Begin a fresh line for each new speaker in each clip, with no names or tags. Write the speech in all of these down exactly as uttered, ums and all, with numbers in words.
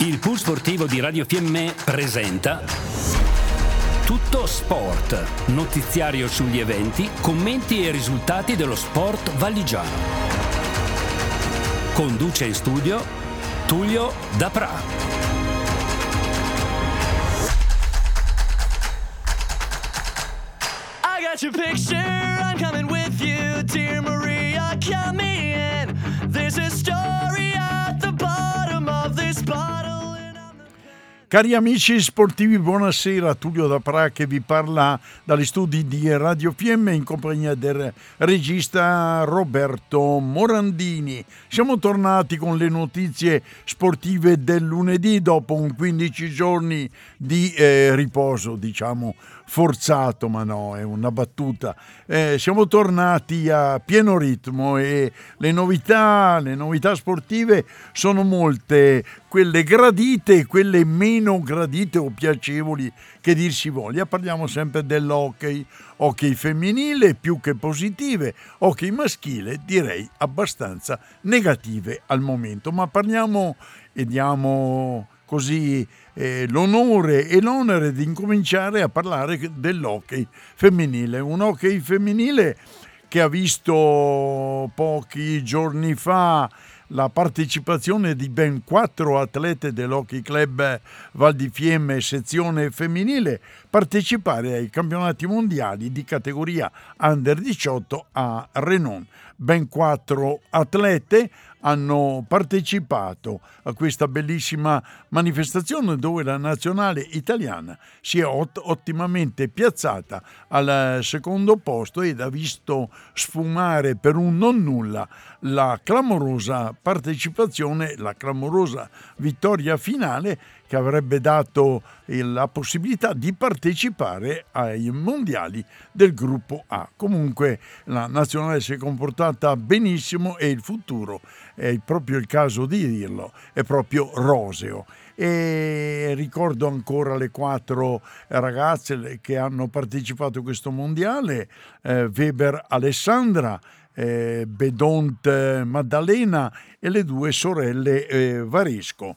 Il pool sportivo di Radio Fiemme presenta Tutto Sport, notiziario sugli eventi, commenti e risultati dello sport valigiano. Conduce in studio Tullio Dapra.
I got your picture, I'm coming with you, dear Maria, come in. There's a story at the bottom of this bottle.
Cari amici sportivi, buonasera. Tullio Dapra che vi parla dagli studi di Radio Fiemme in compagnia del regista Roberto Morandini. Siamo tornati con le notizie sportive del lunedì dopo un quindici giorni di eh, riposo, diciamo forzato, ma no, è una battuta. Eh, siamo tornati a pieno ritmo e le novità, le novità sportive sono molte, quelle gradite e quelle meno gradite o piacevoli che dir si voglia. Parliamo sempre dell'hockey, hockey femminile più che positive, hockey maschile direi abbastanza negative al momento, ma parliamo e diamo così eh, l'onore e l'onere di incominciare a parlare dell'hockey femminile, un hockey femminile che ha visto pochi giorni fa la partecipazione di ben quattro atlete dell'Hockey Club Val di Fiemme sezione femminile partecipare ai campionati mondiali di categoria under diciotto a Renon. Ben quattro atlete hanno partecipato a questa bellissima manifestazione dove la nazionale italiana si è ot- ottimamente piazzata al secondo posto ed ha visto sfumare per un non nulla la clamorosa partecipazione, la clamorosa vittoria finale che avrebbe dato la possibilità di partecipare ai mondiali del gruppo A. Comunque la nazionale si è comportata benissimo e il futuro, è proprio il caso di dirlo, è proprio roseo. E ricordo ancora le quattro ragazze che hanno partecipato a questo mondiale: eh, Weber Alessandra, eh, Bedont Maddalena e le due sorelle eh, Varesco.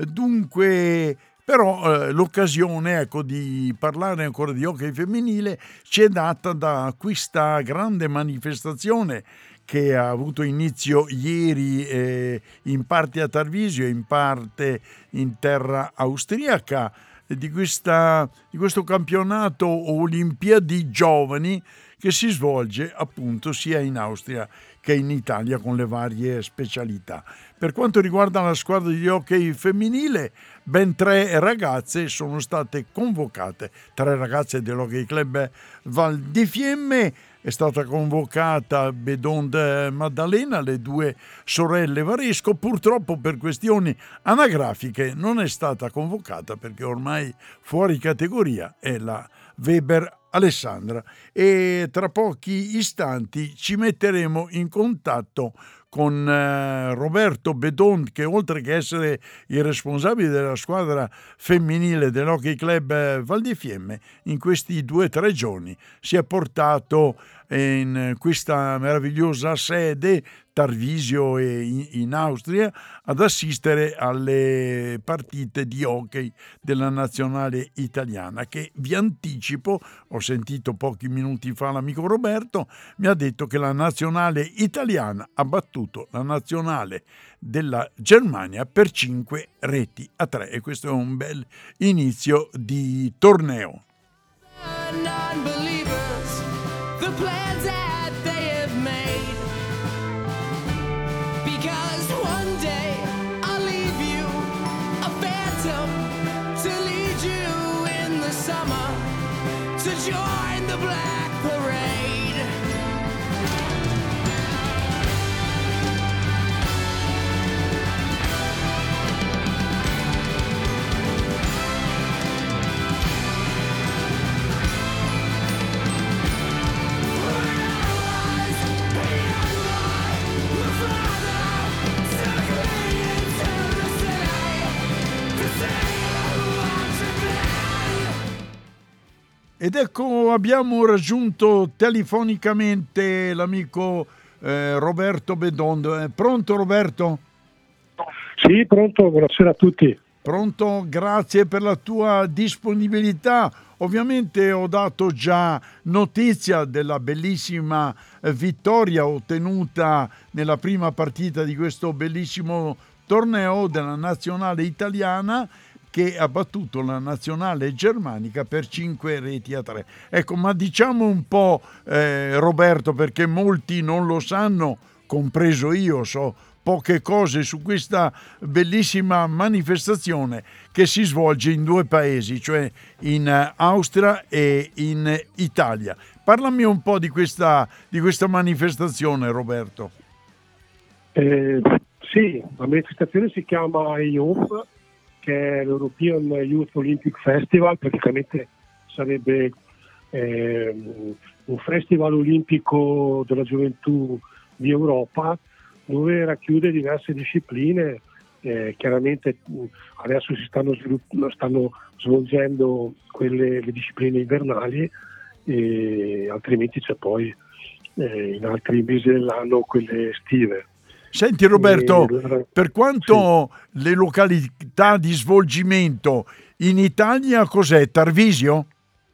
Dunque, però eh, l'occasione ecco, di parlare ancora di hockey femminile ci è data da questa grande manifestazione che ha avuto inizio ieri eh, in parte a Tarvisio e in parte in terra austriaca, di, questa, di questo campionato Olimpiadi giovani che si svolge appunto sia in Austria che in Italia con le varie specialità. Per quanto riguarda la squadra di hockey femminile, ben tre ragazze sono state convocate, tre ragazze dell'Hockey Club Val di Fiemme. È stata convocata Bedond Maddalena, le due sorelle Varesco. Purtroppo per questioni anagrafiche non è stata convocata perché ormai fuori categoria è la Weber Alessandra, e tra pochi istanti ci metteremo in contatto con eh, Roberto Bedond, che oltre che essere il responsabile della squadra femminile dell'Hockey Club Val di Fiemme, in questi due o tre giorni si è portato in questa meravigliosa sede Tarvisio e in, in Austria ad assistere alle partite di hockey della nazionale italiana, che vi anticipo, ho sentito pochi minuti fa l'amico Roberto, mi ha detto che la nazionale italiana ha battuto la nazionale della Germania per cinque reti a tre, e questo è un bel inizio di torneo.
The plans that they have made, because one day I'll leave you a phantom to lead you in the summer to join the Black Parade.
Ed ecco, abbiamo raggiunto telefonicamente l'amico eh, Roberto Bedond. Pronto Roberto?
Sì, pronto, buonasera a tutti.
Pronto? Grazie per la tua disponibilità. Ovviamente ho dato già notizia della bellissima vittoria ottenuta nella prima partita di questo bellissimo torneo della nazionale italiana, che ha battuto la nazionale germanica per cinque reti a tre. Ecco, ma diciamo un po', eh, Roberto, perché molti non lo sanno, compreso io, so poche cose su questa bellissima manifestazione che si svolge in due paesi, cioè in Austria e in Italia. Parlami un po' di questa, di questa manifestazione, Roberto.
Eh, sì, la manifestazione si chiama E O F, che è l'European Youth Olympic Festival. Praticamente sarebbe eh, un festival olimpico della gioventù di Europa, dove racchiude diverse discipline. Eh, chiaramente adesso si stanno, svilupp- stanno svolgendo quelle le discipline invernali, e altrimenti c'è poi eh, in altri mesi dell'anno quelle estive.
Senti Roberto,
e,
per quanto sì. le località di svolgimento in Italia, cos'è? Tarvisio?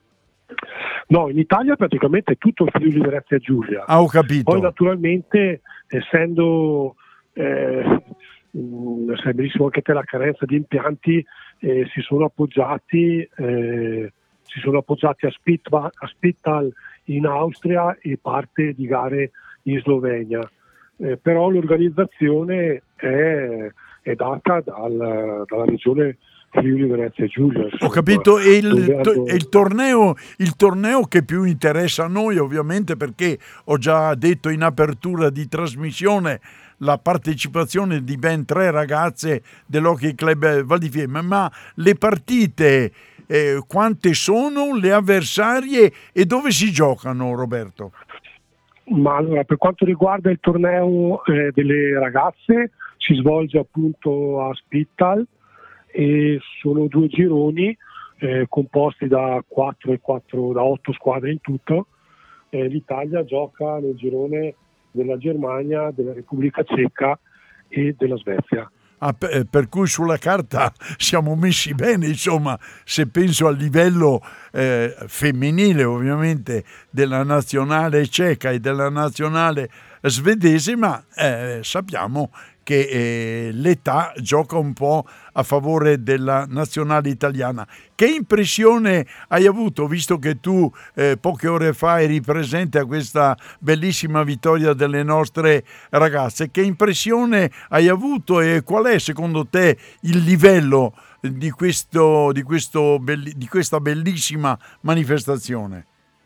No, in Italia praticamente è tutto il Friuli Venezia Giulia.
Ah, ho capito.
Poi naturalmente, essendo eh, mh, sai benissimo anche te la carenza di impianti, eh, si sono appoggiati eh, si sono appoggiati a, Spitba, a Spittal in Austria e parte di gare in Slovenia. Eh, però l'organizzazione è, è data dal, dalla regione Friuli Venezia Giulia.
Ho capito, e il,
hanno...
il, torneo, il torneo che più interessa a noi, ovviamente, perché ho già detto in apertura di trasmissione la partecipazione di ben tre ragazze dell'Hockey Club Val di Fiemme, ma le partite eh, quante sono, le avversarie e dove si giocano, Roberto?
Ma allora, per quanto riguarda il torneo eh, delle ragazze, si svolge appunto a Spittal e sono due gironi eh, composti da quattro e quattro, da otto squadre in tutto. Eh, L'Italia gioca nel girone della Germania, della Repubblica Ceca e della Svezia.
Ah, per, per cui sulla carta siamo messi bene, insomma, se penso al livello eh, femminile ovviamente della nazionale ceca e della nazionale svedese, ma eh, sappiamo che eh, l'età gioca un po' a favore della nazionale italiana. Che impressione hai avuto, visto che tu eh, poche ore fa eri presente a questa bellissima vittoria delle nostre ragazze? Che impressione hai avuto e qual è secondo te il livello di, questo, di, questo belli, di questa bellissima manifestazione?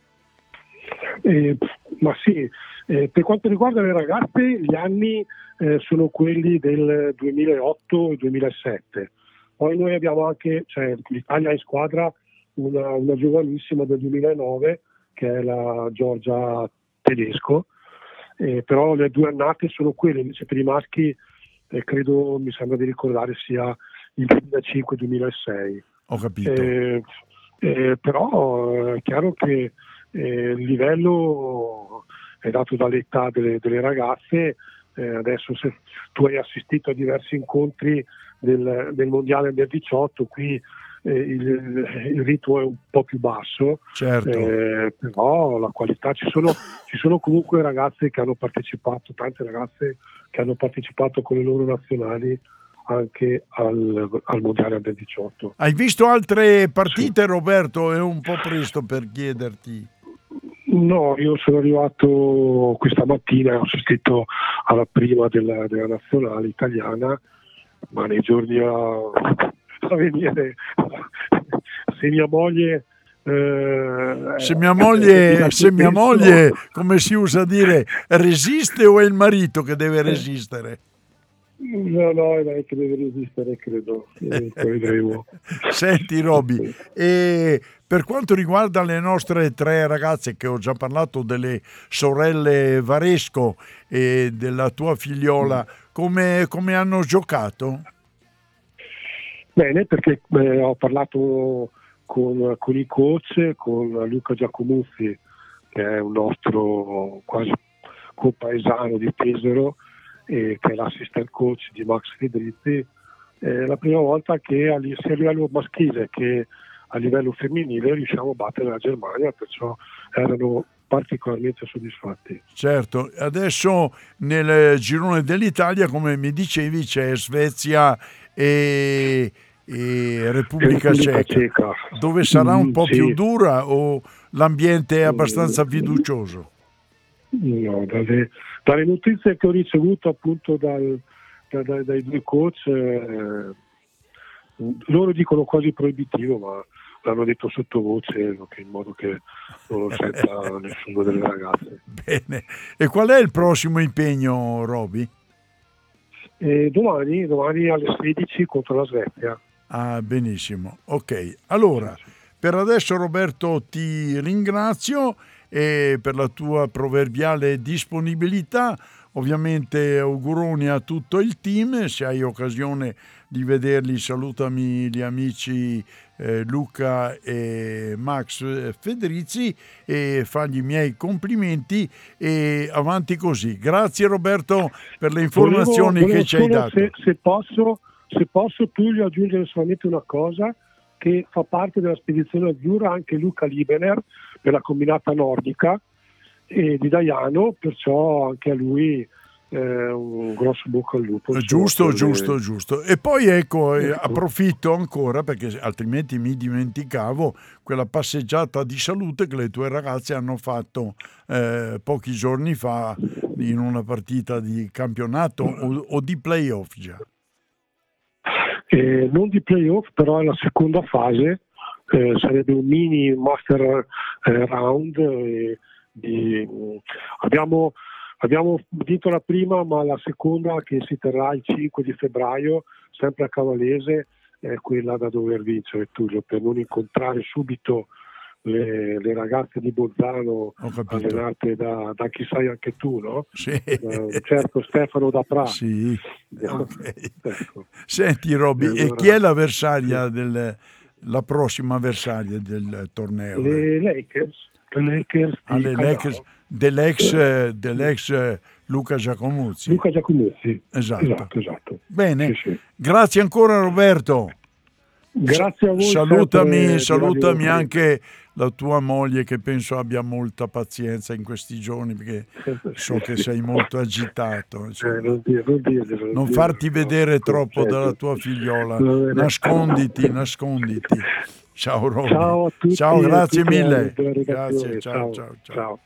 Eh, ma sì, eh, per quanto riguarda le ragazze, gli anni eh, sono quelli del duemilaotto e duemilasette. Poi noi abbiamo anche, cioè l'Italia ha in squadra una, una giovanissima del duemilanove che è la Giorgia Tedesco, eh, però le due annate sono quelle. Invece per i maschi eh, credo, mi sembra di ricordare, sia il duemilacinque duemilasei.
Ho capito.
Eh, eh, però è chiaro che eh, il livello è dato dall'età delle, delle ragazze. Eh, adesso se tu hai assistito a diversi incontri del, del mondiale under diciotto, qui eh, il, il ritmo è un po' più basso,
certo.
eh, però la qualità, ci sono, ci sono comunque ragazze che hanno partecipato, tante ragazze che hanno partecipato con le loro nazionali anche al, al mondiale under diciotto.
Hai visto altre partite, sì. Roberto? È un po' presto per chiederti.
No, io sono arrivato questa mattina e ho assistito alla prima della, della nazionale italiana, ma nei giorni a, a venire, se mia moglie eh,
se mia moglie, se mia moglie, come si usa dire, resiste o è il marito che deve resistere?
No, no, è lei che deve resistere, credo. E poi vedremo.
Senti Roby, e per quanto riguarda le nostre tre ragazze, che ho già parlato delle sorelle Varesco e della tua figliola, come, come hanno giocato?
Bene, perché eh, ho parlato con, con i coach, con Luca Giacomuzzi, che è un nostro quasi compaesano di Pesaro, e che è l'assistant coach di Max Fedrizzi, è la prima volta che a, sia a livello maschile che a livello femminile riusciamo a battere la Germania, perciò erano particolarmente soddisfatti.
Certo, adesso nel girone dell'Italia, come mi dicevi, c'è Svezia e, e Repubblica,
Repubblica
Ceca,
Ceca,
dove sarà un po'
mm,
più
sì.
dura o l'ambiente è abbastanza fiducioso?
No, dalle, dalle notizie che ho ricevuto appunto dal, da, da, dai due coach, eh, loro dicono quasi proibitivo, ma l'hanno detto sottovoce in modo che non lo senta nessuno delle ragazze.
Bene, e qual è il prossimo impegno, Roby?
E domani, domani alle sedici contro la Svezia.
Ah, benissimo, ok. Allora, per adesso Roberto ti ringrazio e per la tua proverbiale disponibilità. Ovviamente auguroni a tutto il team, se hai occasione di vederli salutami gli amici eh, Luca e Max Federizi e fagli i miei complimenti e avanti così. Grazie Roberto per le informazioni
volevo, volevo
che ci hai dato.
Se, se, posso, se posso Tullio aggiungere solamente una cosa, che fa parte della spedizione azzurra anche Luca Liebener per la combinata nordica e di Daiano, perciò anche a lui eh, un grosso bocca al lupo.
Giusto,
insomma,
giusto,
le...
giusto. E poi ecco, eh,
ecco,
approfitto ancora perché altrimenti mi dimenticavo quella passeggiata di salute che le tue ragazze hanno fatto eh, pochi giorni fa in una partita di campionato o, o di playoff già.
Eh, non di playoff, però è la seconda fase, eh, sarebbe un mini master eh, round. Eh, di, abbiamo, abbiamo vinto la prima, ma la seconda, che si terrà il cinque di febbraio, sempre a Cavallese, è quella da dover vincere, Tullio, per non incontrare subito le, le ragazze di Bolzano allenate da, da chi sai anche tu, no?
Sì.
Uh, certo, Stefano da Pra.
Sì. Okay.
Ecco.
Senti Robby,
allora,
e chi è l'avversaria del, la prossima avversaria del torneo?
Le Lakers, le Lakers,
ah, le Lakers dell'ex, dell'ex Luca Giacomuzzi.
Luca Giacomuzzi.
Esatto.
Esatto, esatto.
Bene,
sì, sì.
Grazie ancora Roberto.
Grazie a voi.
Salutami, salutami anche la tua moglie, che penso abbia molta pazienza in questi giorni, perché so che sei molto agitato.
Eh, non, dire, non, dire, non,
non
dire,
farti vedere
no,
troppo
certo.
dalla tua figliola, nasconditi, nasconditi. Ciao Robby.
Ciao a tutti.
Ciao, grazie mille.
Grazie,
ciao, ciao, ciao.
ciao.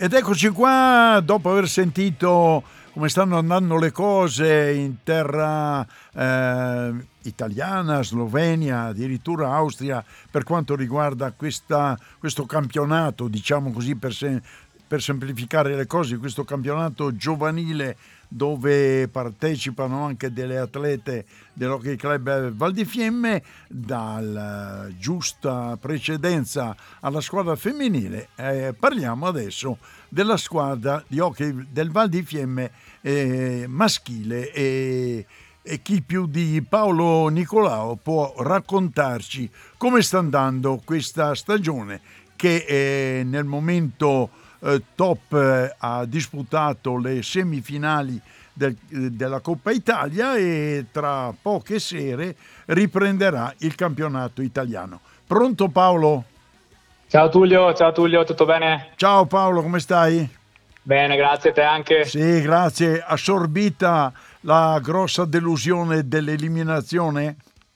Ed eccoci qua, dopo aver sentito come stanno andando le cose in terra eh, italiana, Slovenia, addirittura Austria, per quanto riguarda questa, questo campionato, diciamo così per, se, per semplificare le cose, questo campionato giovanile dove partecipano anche delle atlete dell'Hockey Club Val di Fiemme, dalla giusta precedenza alla squadra femminile. Eh, parliamo adesso della squadra di hockey del Val di Fiemme eh, maschile e, e chi più di Paolo Nicolao può raccontarci come sta andando questa stagione che eh, nel momento top eh, ha disputato le semifinali del, della Coppa Italia e tra poche sere riprenderà il campionato italiano. Pronto Paolo?
Ciao Tullio, ciao Tullio, tutto bene?
Ciao Paolo, come stai?
Bene, grazie, te anche?
Sì, grazie. Assorbita la grossa delusione dell'eliminazione?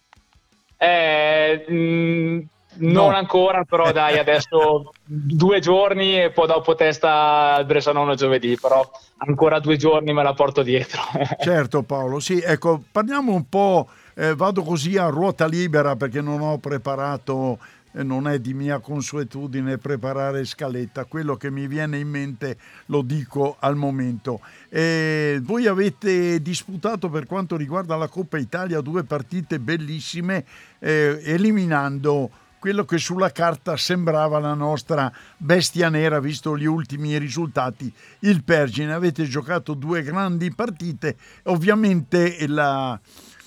Eh... Mh... Non no. ancora, però dai, adesso due giorni e poi dopo testa al Bressanone giovedì, però ancora due giorni me la porto dietro.
Certo Paolo, sì, ecco, parliamo un po', eh, vado così a ruota libera perché non ho preparato, eh, non è di mia consuetudine preparare scaletta, quello che mi viene in mente lo dico al momento. Eh, voi avete disputato per quanto riguarda la Coppa Italia due partite bellissime, eh, eliminando quello che sulla carta sembrava la nostra bestia nera, visto gli ultimi risultati, il Pergine. Avete giocato due grandi partite, ovviamente la,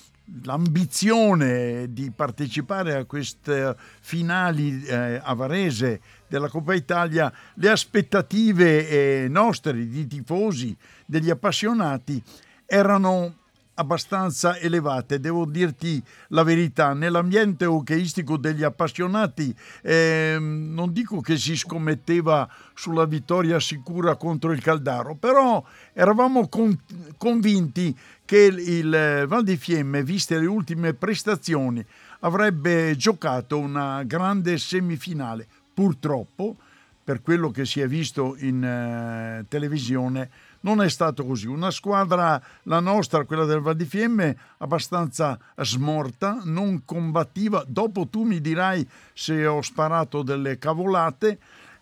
l'ambizione di partecipare a queste finali eh, a Varese della Coppa Italia, le aspettative eh, nostre, di tifosi, degli appassionati, erano abbastanza elevate. Devo dirti la verità, nell'ambiente hockeyistico degli appassionati eh, non dico che si scommetteva sulla vittoria sicura contro il Caldaro, però eravamo con, convinti che il, il Val di Fiemme, viste le ultime prestazioni, avrebbe giocato una grande semifinale. Purtroppo, per quello che si è visto in eh, televisione, non è stato così. Una squadra, la nostra, quella del Val di Fiemme, abbastanza smorta, non combattiva. Dopo tu mi dirai se ho sparato delle cavolate.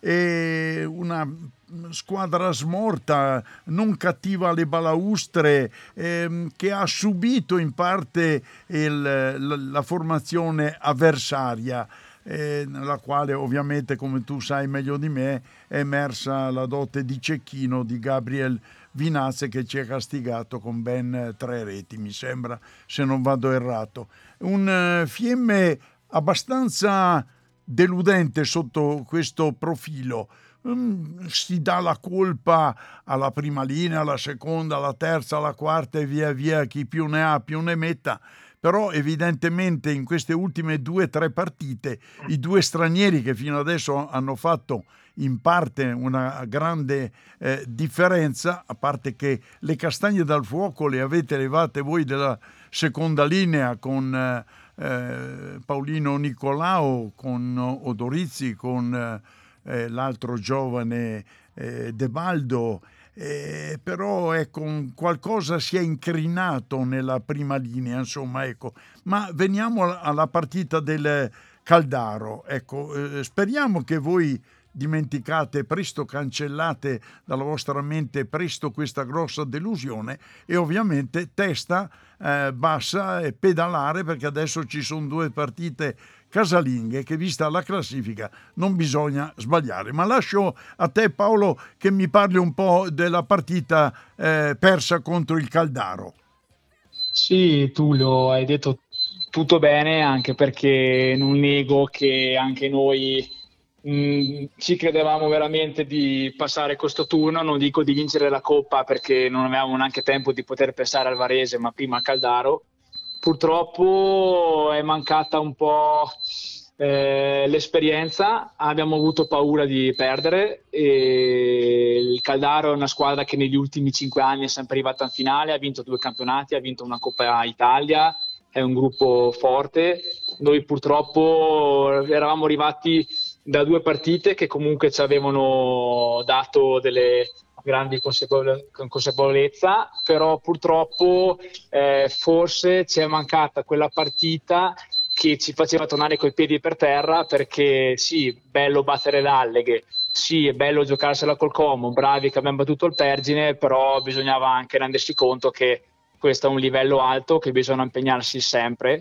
E una squadra smorta, non cattiva alle balaustre, ehm, che ha subito in parte il, la, la formazione avversaria. Eh, nella quale ovviamente, come tu sai meglio di me, è emersa la dote di cecchino di Gabriel Vinazze, che ci ha castigato con ben tre reti, mi sembra, se non vado errato. Un uh, Fiemme abbastanza deludente sotto questo profilo. Um, si dà la colpa alla prima linea, alla seconda, alla terza, alla quarta e via via, chi più ne ha più ne metta. Però evidentemente in queste ultime due o tre partite i due stranieri che fino adesso hanno fatto in parte una grande eh, differenza, a parte che le castagne dal fuoco le avete levate voi della seconda linea con eh, Paolino Nicolao, con Odorizzi, con eh, l'altro giovane eh, De Baldo. Eh, però ecco, qualcosa si è incrinato nella prima linea, insomma, ecco. Ma veniamo alla partita del Caldaro. Ecco, eh, speriamo che voi dimenticate presto, cancellate dalla vostra mente presto questa grossa delusione e ovviamente testa eh, bassa e pedalare, perché adesso ci sono due partite casalinghe che, vista la classifica, non bisogna sbagliare. Ma lascio a te Paolo che mi parli un po' della partita eh, persa contro il Caldaro.
Sì, Tullio, hai detto tutto bene, anche perché non nego che anche noi mh, ci credevamo veramente di passare questo turno, non dico di vincere la Coppa perché non avevamo neanche tempo di poter pensare al Varese, ma prima al Caldaro. Purtroppo è mancata un po' eh, l'esperienza, abbiamo avuto paura di perdere e il Caldaro è una squadra che negli ultimi cinque anni è sempre arrivata in finale, ha vinto due campionati, ha vinto una Coppa Italia, è un gruppo forte. Noi purtroppo eravamo arrivati da due partite che comunque ci avevano dato delle grandi consapevole- consapevolezza, però purtroppo eh, forse ci è mancata quella partita che ci faceva tornare coi piedi per terra, perché sì, bello battere l'Alleghe, sì, è bello giocarsela col Como, bravi che abbiamo battuto il Pergine, però bisognava anche rendersi conto che questo è un livello alto, che bisogna impegnarsi sempre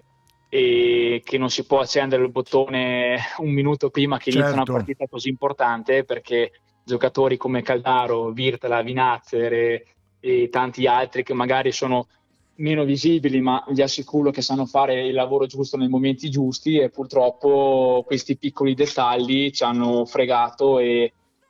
e che non si può accendere il bottone un minuto prima che inizia una
Certo.
partita così importante, perché giocatori come Caldaro, Virtala, Vinazzer e, e tanti altri che magari sono meno visibili, ma vi assicuro che sanno fare il lavoro giusto nei momenti giusti, e purtroppo questi piccoli dettagli ci hanno fregato e,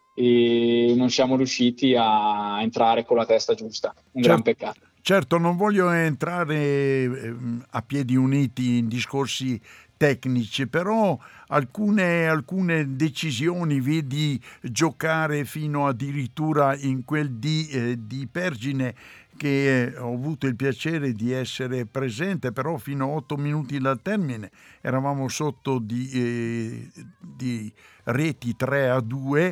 e non siamo riusciti a entrare con la testa giusta. Un gran
Certo.
peccato.
Certo, non voglio entrare ehm, a piedi uniti in discorsi tecnici, però alcune, alcune decisioni, vedi giocare fino addirittura in quel di, eh, di Pergine, che eh, ho avuto il piacere di essere presente, però fino a otto minuti dal termine eravamo sotto di, eh, di reti tre a due,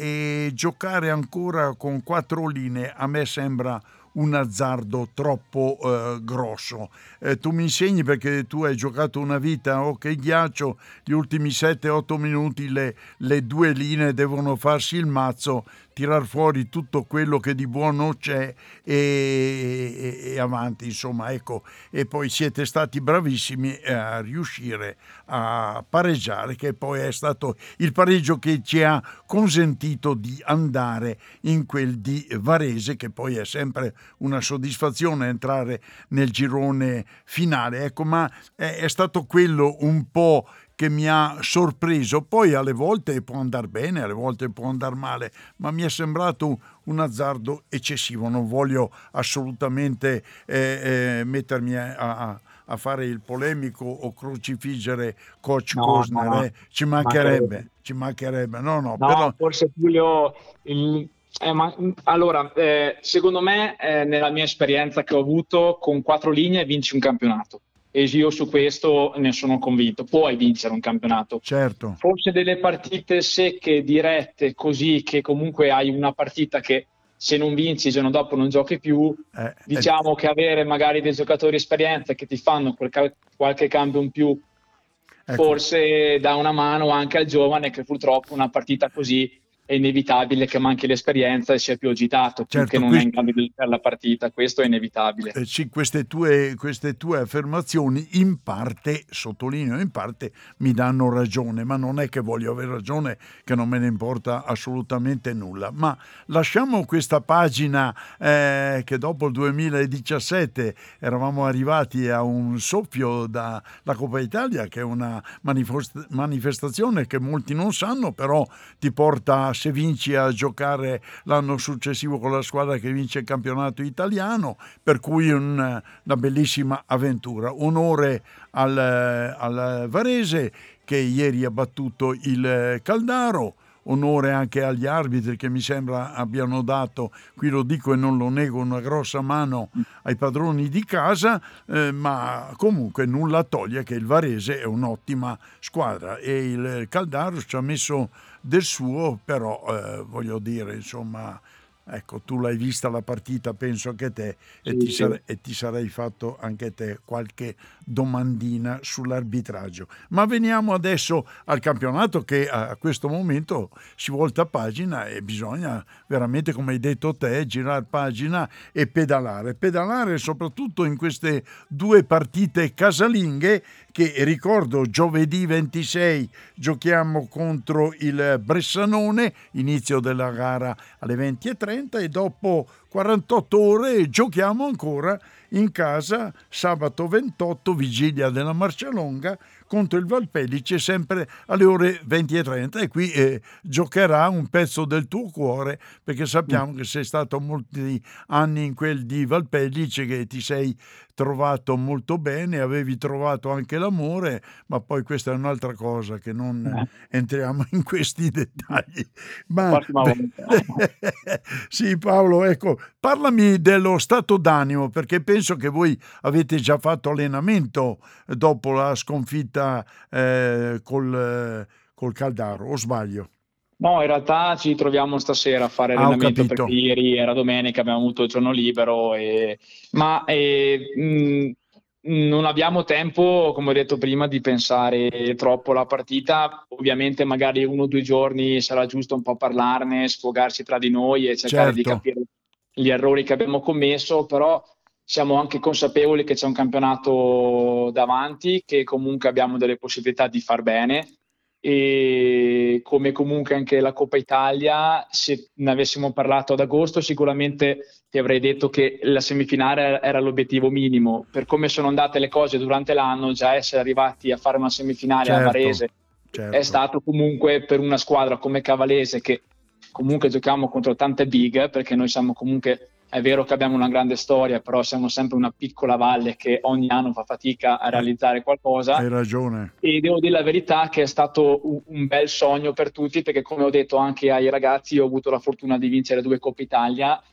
e giocare ancora con quattro linee a me sembra un azzardo troppo eh, grosso. Eh, tu mi insegni, perché tu hai giocato una vita, ok, ghiaccio, gli ultimi sette otto minuti le, le due linee devono farsi il mazzo, tirar fuori tutto quello che di buono c'è e, e, e avanti, insomma, ecco. E poi siete stati bravissimi a riuscire a pareggiare, che poi è stato il pareggio che ci ha consentito di andare in quel di Varese, che poi è sempre una soddisfazione entrare nel girone finale, ecco. Ma è, è stato quello un po' che mi ha sorpreso. Poi alle volte può andare bene, alle volte può andare male, ma mi è sembrato un azzardo eccessivo. Non voglio assolutamente eh, eh, mettermi a, a, a fare il polemico o crocifiggere coach
No,
Cosner,
no,
eh. ci mancherebbe, ci mancherebbe, no, no,
no,
però
forse Giulio, il- eh, ma- allora, eh, secondo me, eh, nella mia esperienza che ho avuto, con quattro linee vinci un campionato. E io su questo ne sono convinto. Puoi vincere un campionato.
certo,
Forse delle partite secche, dirette, così, che comunque hai una partita che se non vinci il giorno dopo non giochi più.
eh,
Diciamo che avere magari dei giocatori esperienza che ti fanno quel cal- qualche cambio in più,
ecco.
forse dà una mano anche al giovane, che purtroppo una partita così è inevitabile che manchi l'esperienza e sia più agitato, più
Certo,
che non è
questo-
in grado di giocare la partita. Questo è inevitabile.
Eh, sì, queste tue, queste tue affermazioni in parte, sottolineo in parte, mi danno ragione, ma non è che voglio avere ragione, che non me ne importa assolutamente nulla. Ma lasciamo questa pagina eh, che dopo il duemiladiciassette eravamo arrivati a un soffio dalla Coppa Italia, che è una manifest- manifestazione che molti non sanno, però ti porta, se vinci, a giocare l'anno successivo con la squadra che vince il campionato italiano, per cui un, una bellissima avventura. Onore al, al Varese, che ieri ha battuto il Caldaro. Onore anche agli arbitri, che mi sembra abbiano dato, qui lo dico e non lo nego, una grossa mano ai padroni di casa, eh, ma comunque nulla toglie che il Varese è un'ottima squadra e il Caldaro ci ha messo del suo, però eh, voglio dire, insomma, ecco, tu l'hai vista la partita, penso anche te, e,
Sì,
ti
sì.
sare- e ti sarai fatto anche te qualche domandina sull'arbitraggio. Ma veniamo adesso al campionato, che a questo momento si volta pagina e bisogna veramente, come hai detto te, girare pagina e pedalare. Pedalare soprattutto in queste due partite casalinghe che, ricordo, giovedì ventisei giochiamo contro il Bressanone, inizio della gara alle venti e trenta, e dopo quarantotto ore giochiamo ancora in casa sabato ventotto, vigilia della Marcialonga, contro il Valpellice, sempre alle ore venti e trenta, e qui eh, giocherà un pezzo del tuo cuore, perché sappiamo che sei stato molti anni in quel di Valpellice, che ti sei trovato molto bene, avevi trovato anche l'amore, ma poi questa è un'altra cosa, che non
Eh.
entriamo in questi dettagli. Ma
Prossima volta.
sì, Paolo, ecco, parlami dello stato d'animo, perché penso che voi avete già fatto allenamento dopo la sconfitta eh, col, col Caldaro, o sbaglio?
No, in realtà ci troviamo stasera a fare
Ah, ho
allenamento
capito.
perché ieri era domenica, abbiamo avuto il giorno libero, e... ma eh, mh, non abbiamo tempo, come ho detto prima, di pensare troppo alla partita. Ovviamente magari uno o due giorni sarà giusto un po' parlarne, sfogarsi tra di noi e cercare di
Certo,
capire gli errori che abbiamo commesso, però siamo anche consapevoli che c'è un campionato davanti, che comunque abbiamo delle possibilità di far bene, e come comunque anche la Coppa Italia, se ne avessimo parlato ad agosto sicuramente ti avrei detto che la semifinale era l'obiettivo minimo. Per come sono andate le cose durante l'anno, già essere arrivati a fare una semifinale a
certo,
Varese è
certo.
stato comunque, per una squadra come Cavalese, che comunque giochiamo contro tante big, perché noi siamo comunque, è vero che abbiamo una grande storia, però siamo sempre una piccola valle che ogni anno fa fatica a
Eh,
realizzare qualcosa.
hai ragione.
E devo dire la verità che è stato un, un bel sogno per tutti, perché come ho detto anche ai ragazzi, io ho avuto la fortuna di vincere due Coppe Italia,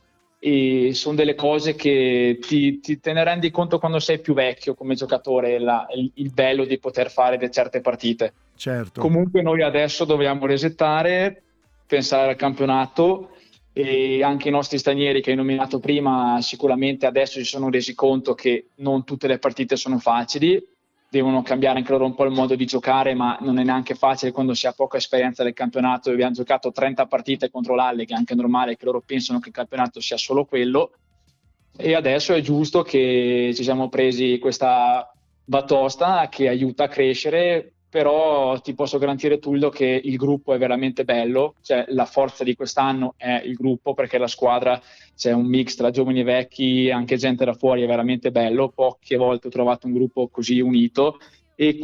e sono delle cose che ti, ti- te ne rendi conto quando sei più vecchio come giocatore, la- il, il bello di poter fare de certe partite.
Certo.
Comunque noi adesso dobbiamo resettare, pensare al campionato, e anche i nostri stranieri che hai nominato prima sicuramente adesso si sono resi conto che non tutte le partite sono facili, devono cambiare anche loro un po' il modo di giocare, ma non è neanche facile quando si ha poca esperienza del campionato. Abbiamo giocato trenta partite contro l'Alle, che è anche normale che loro pensano che il campionato sia solo quello, e adesso è giusto che ci siamo presi questa batosta che aiuta a crescere. Però ti posso garantire, Tullio, che il gruppo è veramente bello, cioè la forza di quest'anno è il gruppo, perché la squadra c'è un mix tra giovani e vecchi, anche gente da fuori, è veramente bello. Poche volte ho trovato un gruppo così unito, e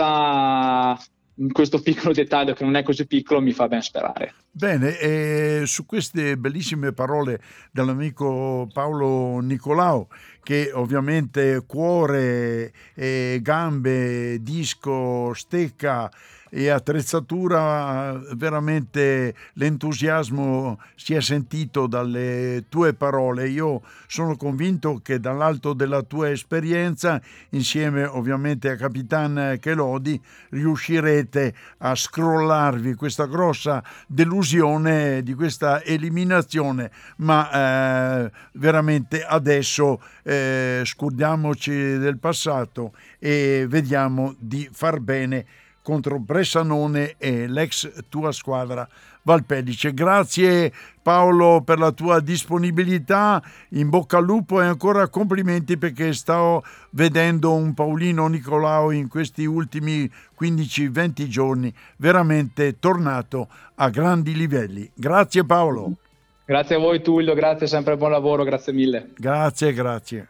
questa, questo piccolo dettaglio, che non è così piccolo, mi fa ben sperare.
Bene, e su queste bellissime parole dell'amico Paolo Nicolao, che ovviamente cuore, e gambe, disco, stecca e attrezzatura, veramente l'entusiasmo si è sentito dalle tue parole. Io sono convinto che dall'alto della tua esperienza, insieme ovviamente a Capitan Chelodi, riuscirete a scrollarvi questa grossa delusione di questa eliminazione, ma eh, veramente adesso eh, scordiamoci del passato e vediamo di far bene contro Bressanone e l'ex tua squadra Valpellice. Grazie Paolo per la tua disponibilità, in bocca al lupo e ancora complimenti, perché sto vedendo un Paolino Nicolao in questi ultimi quindici venti giorni veramente tornato a grandi livelli. Grazie Paolo.
Grazie a voi, Tullio, grazie, sempre buon lavoro, grazie mille.
Grazie, grazie.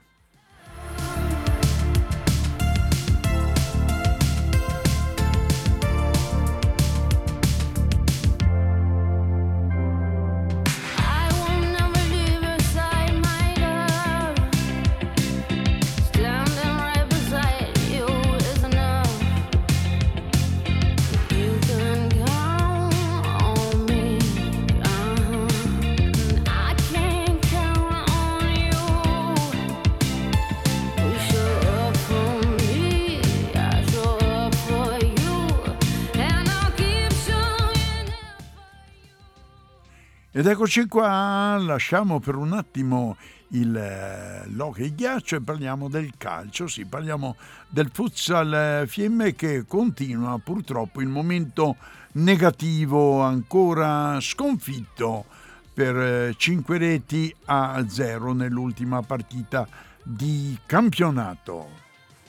Ed eccoci qua, lasciamo per un attimo il l'hockey ghiaccio e parliamo del calcio, sì, parliamo del futsal Fiemme, che continua purtroppo il momento negativo, ancora sconfitto per cinque reti a zero nell'ultima partita di campionato.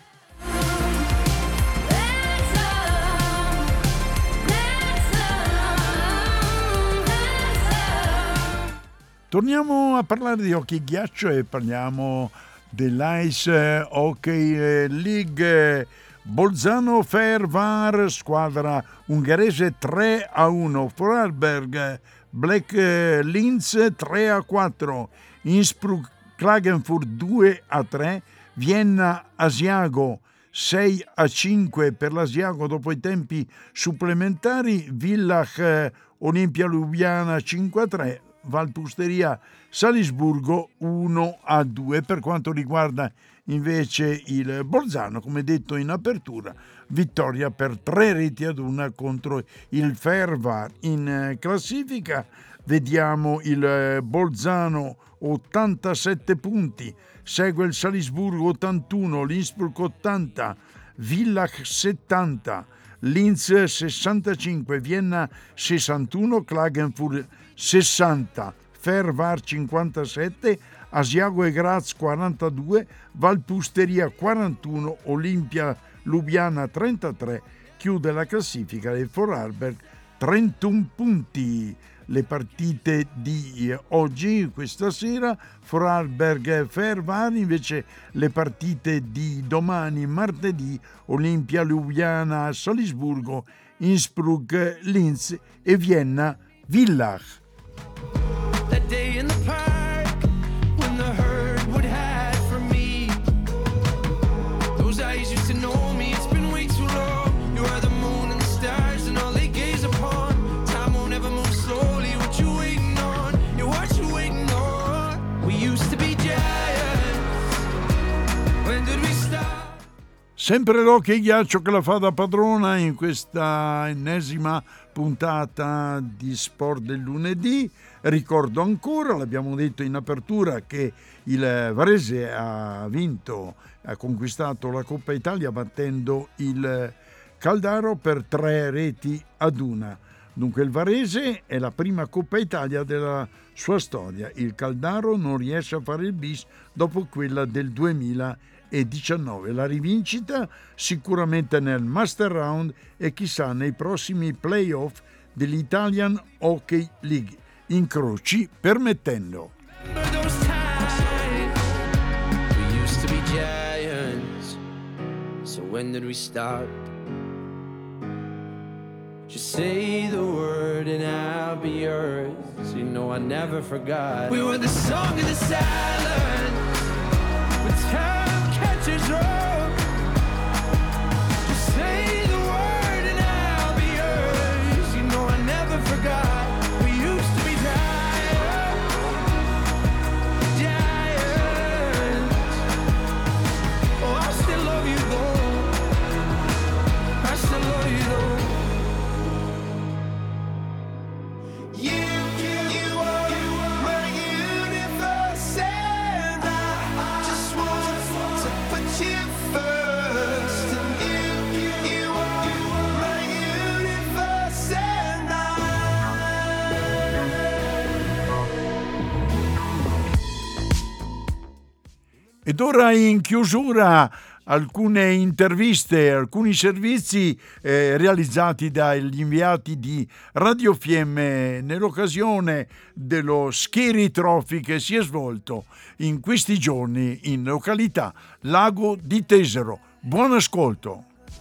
Torniamo a parlare di hockey ghiaccio e parliamo dell'Ice Hockey League. Bolzano Fairvar, squadra ungherese tre a uno, Vorarlberg Black Linz tre a quattro, Innsbruck Klagenfurt due a tre, Vienna Asiago sei a cinque per l'Asiago dopo i tempi supplementari, Villach Olimpia Lubiana cinque a tre, Valpusteria Salisburgo uno a due. Per quanto riguarda invece il Bolzano, come detto in apertura, vittoria per tre reti ad una contro il Fervar. In classifica vediamo il Bolzano ottantasette punti, segue il Salisburgo ottantuno, l'Innsbruck ottanta, Villach settanta, Linz sessantacinque, Vienna sessantuno, Klagenfurt sessanta, Fervar cinquantasette, Asiago e Graz quarantadue, Valpusteria quarantuno, Olimpia Lubiana trentatré, chiude la classifica del Vorarlberg trentuno punti. Le partite di oggi, questa sera, Vorarlberg Fervar, invece le partite di domani, martedì, Olimpia Lubiana Salisburgo, Innsbruck Linz e Vienna Villach.
That day in the park when the herd would hide from me. Those eyes used to know me, it's been way too long. You are the moon and the stars and all they gaze upon. Time won't ever move slowly, what you waiting on? You what you waiting on? We used to be giants. When did we stop?
Sempre l'occhio e ghiaccio che la fa da padrona in questa ennesima puntata di Sport del lunedì. Ricordo ancora, l'abbiamo detto in apertura, che il Varese ha vinto, ha conquistato la Coppa Italia battendo il Caldaro per tre reti ad una. Dunque il Varese è la prima Coppa Italia della sua storia. Il Caldaro non riesce a fare il bis dopo quella del duemiladiciannove. La rivincita sicuramente nel Master Round e chissà nei prossimi playoff dell'Italian Hockey League, incroci permettendo.
Remember those times we used to be giants. So when did we start? Just say the word and I'll be yours. You know I never forgot. We were the song of the silence. With time catches rope. Just say the word and I'll be yours. You know I never forgot. We used to be giants. Giants. Oh, I still love you though. I still love you though. You, you, you are, you are my universe, and I just want to put you first. And you, you, you are, you are my universe, and I.
Ed ora in chiusura alcune interviste, alcuni servizi eh, realizzati dagli inviati di Radio F M nell'occasione dello Schiri Trophy che si è svolto in questi giorni in località Lago di Tesero. Buon ascolto.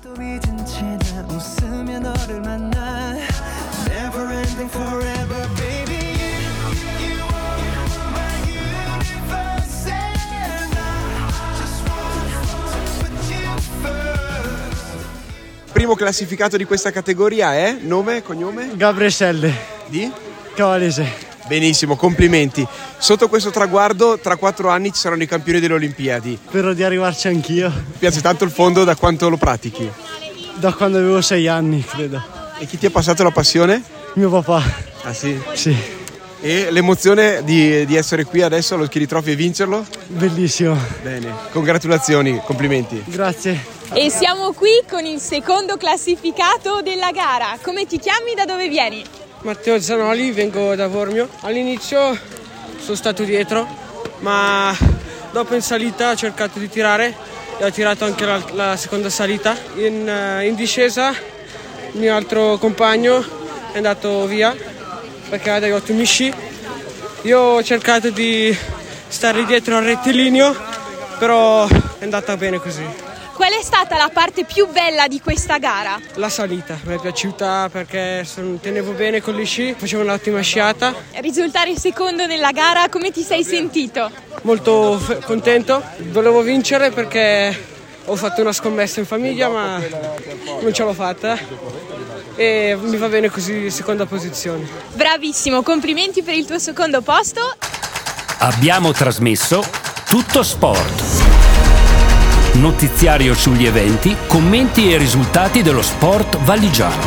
Primo classificato di questa categoria è nome, cognome?
Gabriele
Di?
Cavallese.
Benissimo, complimenti. Sotto questo traguardo tra quattro anni ci saranno i campioni delle Olimpiadi.
Spero di arrivarci anch'io.
Mi piace tanto il fondo, da quanto lo pratichi?
Da quando avevo sei anni, credo.
E chi ti ha passato la passione?
Mio papà.
Ah sì?
Sì.
E l'emozione di, di essere qui adesso allo Schiri Trophy e vincerlo?
Bellissimo.
Bene, congratulazioni, complimenti.
Grazie.
E siamo qui con il secondo classificato della gara. Come ti chiami, da dove vieni?
Matteo Zanoli, vengo da Vormio. All'inizio sono stato dietro, ma dopo in salita ho cercato di tirare e ho tirato anche la, la seconda salita. In, in discesa il mio altro compagno è andato via perché aveva rotto i sci. Io ho cercato di stare dietro al rettilineo, però è andata bene così.
Qual è stata la parte più bella di questa gara?
La salita, mi è piaciuta perché son, tenevo bene con gli sci, facevo un'ottima sciata.
Risultare secondo nella gara, come ti sei sentito?
Molto f- contento, volevo vincere perché ho fatto una scommessa in famiglia ma non ce l'ho fatta. e mi va bene così, seconda posizione.
Bravissimo, complimenti per il tuo secondo posto.
Abbiamo trasmesso Tutto Sport. Notiziario sugli eventi, commenti e risultati dello sport valigiano.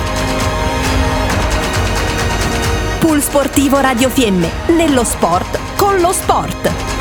Pool Sportivo Radio Fiemme, nello sport con lo sport.